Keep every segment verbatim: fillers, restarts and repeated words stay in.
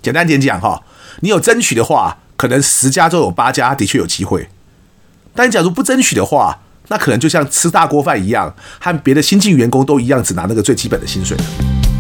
简单点讲哈，你有争取的话，可能十家中有八家的确有机会。但假如不争取的话，那可能就像吃大锅饭一样，和别的新进员工都一样，只拿那个最基本的薪水了。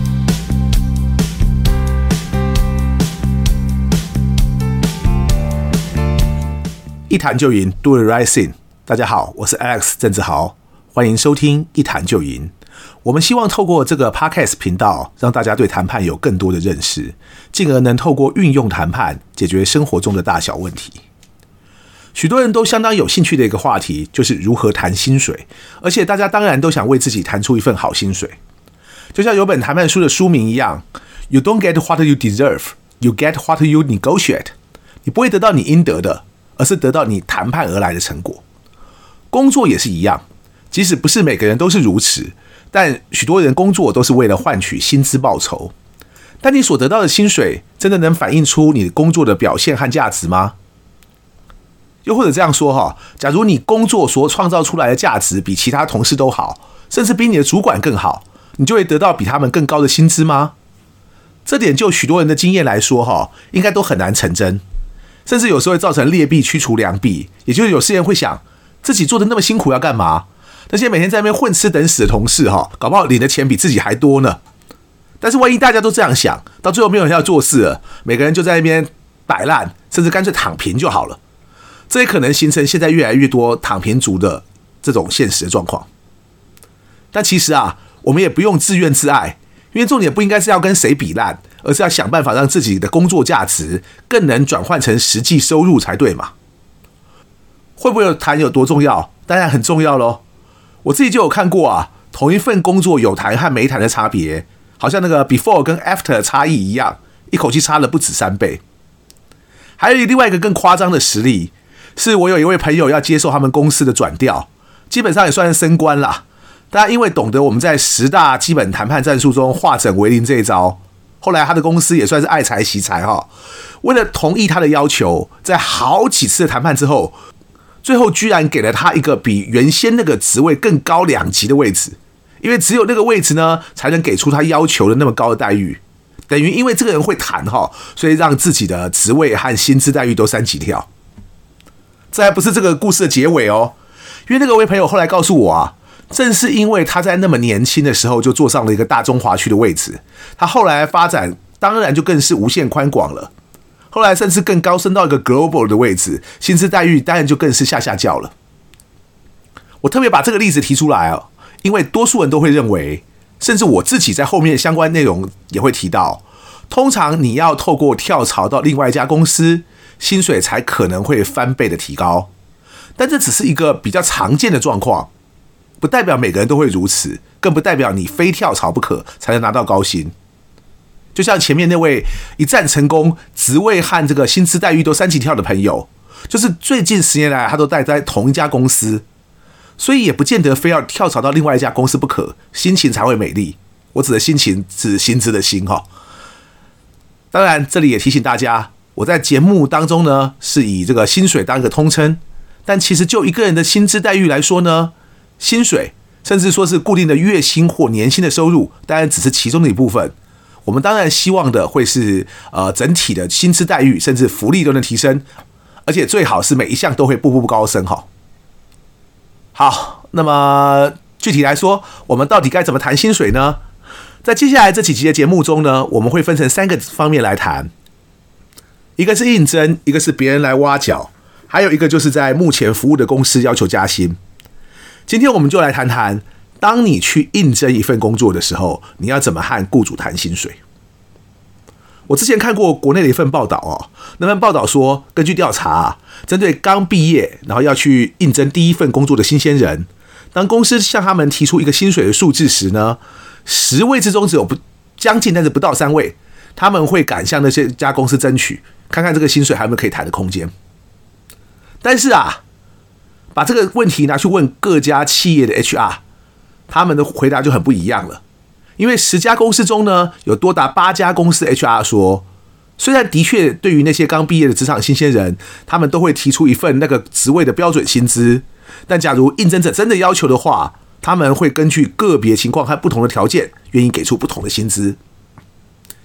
一谈就赢 ，Do the right thing。大家好，我是 Alex 郑志豪，欢迎收听一谈就赢。我们希望透过这个 Podcast 频道，让大家对谈判有更多的认识，进而能透过运用谈判解决生活中的大小问题。许多人都相当有兴趣的一个话题，就是如何谈薪水，而且大家当然都想为自己谈出一份好薪水。就像有本谈判书的书名一样 ，You don't get what you deserve, you get what you negotiate。你不会得到你应得的，而是得到你谈判而来的成果。工作也是一样，即使不是每个人都是如此，但许多人工作都是为了换取薪资报酬。但你所得到的薪水，真的能反映出你工作的表现和价值吗？又或者这样说哈，假如你工作所创造出来的价值比其他同事都好，甚至比你的主管更好，你就会得到比他们更高的薪资吗？这点就许多人的经验来说哈，应该都很难成真，甚至有时候会造成劣币驱除良币。也就是有些人会想，自己做的那么辛苦要干嘛？那些每天在那边混吃等死的同事哈，搞不好领的钱比自己还多呢。但是万一大家都这样想，到最后没有人要做事了，每个人就在那边摆烂，甚至干脆躺平就好了。这也可能形成现在越来越多躺平族的这种现实的状况。但其实啊，我们也不用自怨自艾，因为重点不应该是要跟谁比烂，而是要想办法让自己的工作价值更能转换成实际收入才对嘛。会不会有谈有多重要？当然很重要咯。我自己就有看过啊，同一份工作有谈和没谈的差别，好像那个 before 跟 after 的差异一样，一口气差了不止三倍。还有另外一个更夸张的实例，是我有一位朋友要接受他们公司的转调，基本上也算是升官啦。但因为懂得我们在十大基本谈判战术中化整为零这一招，后来他的公司也算是爱财惜财哈。为了同意他的要求，在好几次的谈判之后，最后居然给了他一个比原先那个职位更高两级的位置，因为只有那个位置呢，才能给出他要求的那么高的待遇。等于因为这个人会谈哈，所以让自己的职位和薪资待遇都三级跳。这还不是这个故事的结尾哦，因为那个位朋友后来告诉我啊，正是因为他在那么年轻的时候就坐上了一个大中华区的位置，他后来发展当然就更是无限宽广了。后来甚至更高升到一个 global 的位置，薪资待遇当然就更是下下叫了。我特别把这个例子提出来哦，因为多数人都会认为，甚至我自己在后面相关内容也会提到，通常你要透过跳槽到另外一家公司，薪水才可能会翻倍的提高。但这只是一个比较常见的状况，不代表每个人都会如此，更不代表你非跳槽不可才能拿到高薪。就像前面那位一战成功，职位和这个薪资待遇都三级跳的朋友，就是最近十年来他都待在同一家公司，所以也不见得非要跳槽到另外一家公司不可，心情才会美丽。我指的心情指薪资的薪哈。当然这里也提醒大家，我在节目当中呢，是以这个薪水当一个通称，但其实就一个人的薪资待遇来说呢，薪水甚至说是固定的月薪或年薪的收入，当然只是其中的一部分。我们当然希望的会是呃整体的薪资待遇甚至福利都能提升，而且最好是每一项都会步步高升哈。好，那么具体来说，我们到底该怎么谈薪水呢？在接下来这几集的节目中呢，我们会分成三个方面来谈。一个是应征，一个是别人来挖角，还有一个就是在目前服务的公司要求加薪。今天我们就来谈谈，当你去应征一份工作的时候，你要怎么和雇主谈薪水。我之前看过国内的一份报道哦，那份报道说，根据调查啊，针对刚毕业然后要去应征第一份工作的新鲜人，当公司向他们提出一个薪水的数字时呢，十位之中只有不将近但是不到三位，他们会敢向那些家公司争取，看看这个薪水还有没有可以谈的空间。但是啊，把这个问题拿去问各家企业的 H R， 他们的回答就很不一样了。因为十家公司中呢，有多达八家公司 H R 说，虽然的确对于那些刚毕业的职场新鲜人，他们都会提出一份那个职位的标准薪资，但假如应征者真的要求的话，他们会根据个别情况和不同的条件，愿意给出不同的薪资。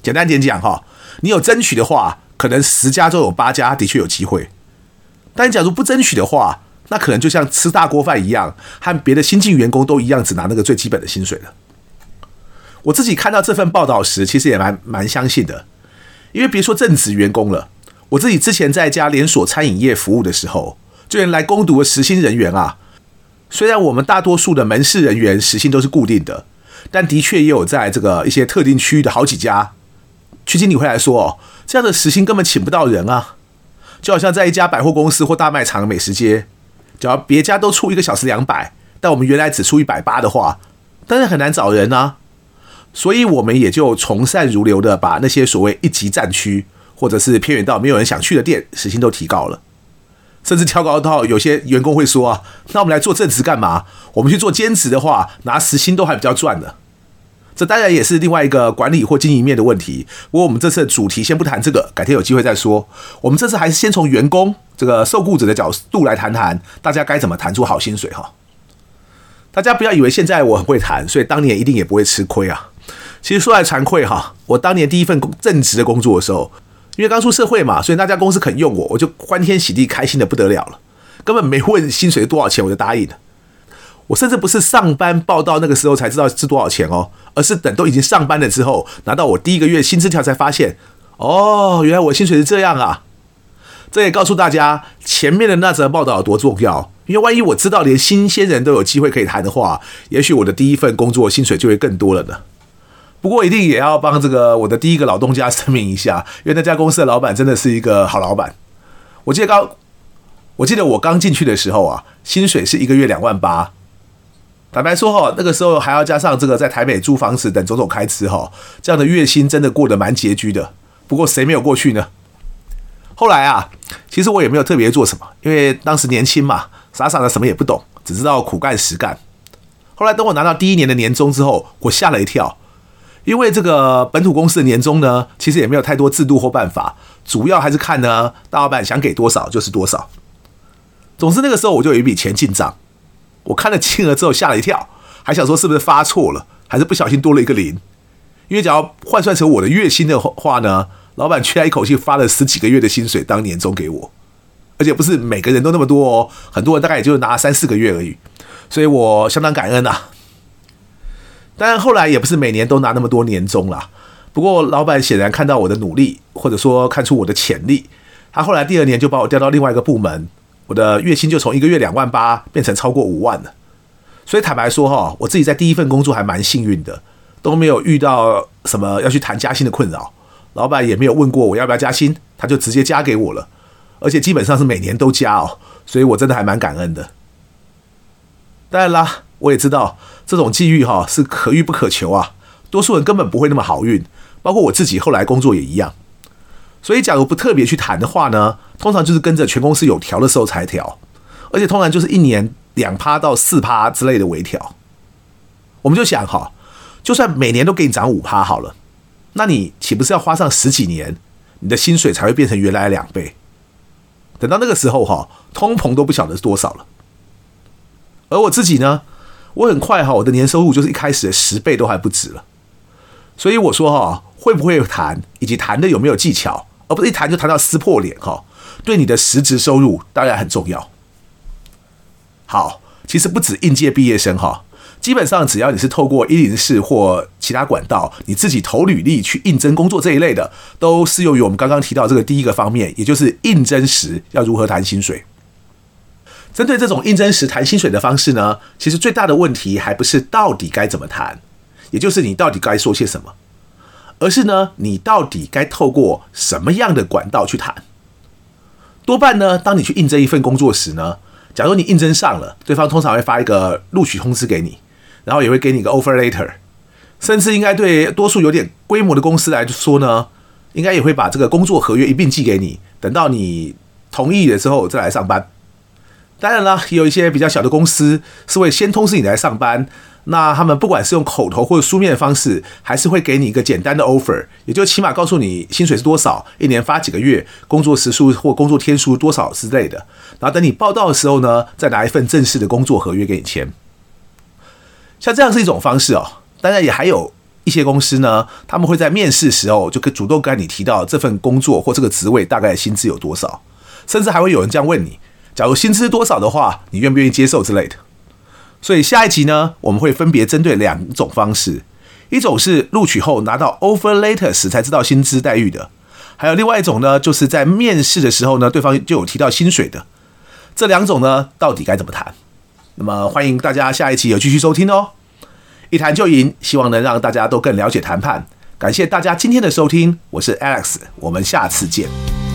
简单点讲哈，你有争取的话，可能十家中有八家的确有机会。但你假如不争取的话，那可能就像吃大锅饭一样，和别的新进员工都一样，只拿那个最基本的薪水了。我自己看到这份报道时，其实也蛮蛮相信的，因为别说正职员工了，我自己之前在一家连锁餐饮业服务的时候，就连来工读的时薪人员啊，虽然我们大多数的门市人员时薪都是固定的，但的确也有在这个一些特定区域的好几家，区经理会来说哦，这样的时薪根本请不到人啊。就好像在一家百货公司或大卖场的美食街，只要别家都出一个小时两百，但我们原来只出一百八的话，当然很难找人啊。所以我们也就从善如流的把那些所谓一级战区或者是偏远到没有人想去的店时薪都提高了，甚至调高到有些员工会说啊，那我们来做正职干嘛？我们去做兼职的话，拿时薪都还比较赚的。这当然也是另外一个管理或经营面的问题，不过我们这次的主题先不谈这个，改天有机会再说。我们这次还是先从员工这个受雇者的角度来谈谈，大家该怎么谈出好薪水哈。大家不要以为现在我很会谈，所以当年一定也不会吃亏啊。其实说来惭愧哈，我当年第一份正职的工作的时候，因为刚出社会嘛，所以那家公司肯用我，我就欢天喜地开心的不得了了，根本没问薪水多少钱我就答应了。我甚至不是上班报到那个时候才知道是多少钱哦，而是等都已经上班了之后，拿到我第一个月薪资条才发现，哦，原来我薪水是这样啊。这也告诉大家前面的那则报道有多重要，因为万一我知道连新鲜人都有机会可以谈的话，也许我的第一份工作薪水就会更多了呢。不过一定也要帮这个我的第一个老东家声明一下，因为那家公司的老板真的是一个好老板。我记得刚我记得我刚进去的时候啊，薪水是一个月两万八。坦白说哈，那个时候还要加上这个在台北租房子等种种开支哈，这样的月薪真的过得蛮拮据的。不过谁没有过去呢？后来啊，其实我也没有特别做什么，因为当时年轻嘛，傻傻的什么也不懂，只知道苦干实干。后来等我拿到第一年的年终之后，我吓了一跳，因为这个本土公司的年终呢，其实也没有太多制度或办法，主要还是看呢大老板想给多少就是多少。总之那个时候我就有一笔钱进账。我看了金额之后吓了一跳，还想说是不是发错了，还是不小心多了一个零。因为只要换算成我的月薪的话呢，老板居然一口气发了十几个月的薪水当年终给我，而且不是每个人都那么多哦，很多人大概也就拿三四个月而已，所以我相当感恩啊。当然后来也不是每年都拿那么多年终啦，不过老板显然看到我的努力，或者说看出我的潜力，他后来第二年就把我调到另外一个部门。我的月薪就从一个月两万八变成超过五万了，所以坦白说哈，我自己在第一份工作还蛮幸运的，都没有遇到什么要去谈加薪的困扰，老板也没有问过我要不要加薪，他就直接加给我了，而且基本上是每年都加哦，所以我真的还蛮感恩的。当然啦，我也知道这种际遇哈是可遇不可求啊，多数人根本不会那么好运，包括我自己后来工作也一样。所以假如不特别去谈的话呢，通常就是跟着全公司有调的时候才调，而且通常就是一年 百分之二 到 百分之四 之类的微调。我们就想哈，就算每年都给你涨 百分之五 好了，那你岂不是要花上十几年，你的薪水才会变成原来的两倍？等到那个时候哈，通膨都不晓得是多少了。而我自己呢，我很快哈，我的年收入就是一开始的十倍都还不止了。所以我说哈，会不会谈，以及谈的有没有技巧，而不是一谈就谈到撕破脸哈，对你的实质收入当然很重要。好，其实不止应届毕业生哈，基本上只要你是透过一零四或其他管道，你自己投履历去应征工作这一类的，都适用于我们刚刚提到这个第一个方面，也就是应征时要如何谈薪水。针对这种应征时谈薪水的方式呢，其实最大的问题还不是到底该怎么谈，也就是你到底该说些什么，而是呢，你到底该透过什么样的管道去谈。多半呢，当你去应征一份工作时呢，假如你应征上了，对方通常会发一个录取通知给你，然后也会给你一个 offer letter， 甚至应该对多数有点规模的公司来说呢，应该也会把这个工作合约一并寄给你，等到你同意了之后再来上班。当然啦，也有一些比较小的公司是会先通知你来上班，那他们不管是用口头或者书面的方式，还是会给你一个简单的 offer， 也就起码告诉你薪水是多少，一年发几个月，工作时数或工作天数多少之类的。然后等你报到的时候呢，再拿一份正式的工作合约给你签。像这样是一种方式哦，当然也还有一些公司呢，他们会在面试时候就主动跟你提到这份工作或这个职位大概薪资有多少，甚至还会有人这样问你，假如薪资多少的话，你愿不愿意接受之类的。所以下一集呢，我们会分别针对两种方式，一种是录取后拿到 offer letter 时才知道薪资待遇的，还有另外一种呢，就是在面试的时候呢，对方就有提到薪水的。这两种呢，到底该怎么谈？那么欢迎大家下一期有继续收听哦。一谈就赢，希望能让大家都更了解谈判。感谢大家今天的收听，我是 Alex， 我们下次见。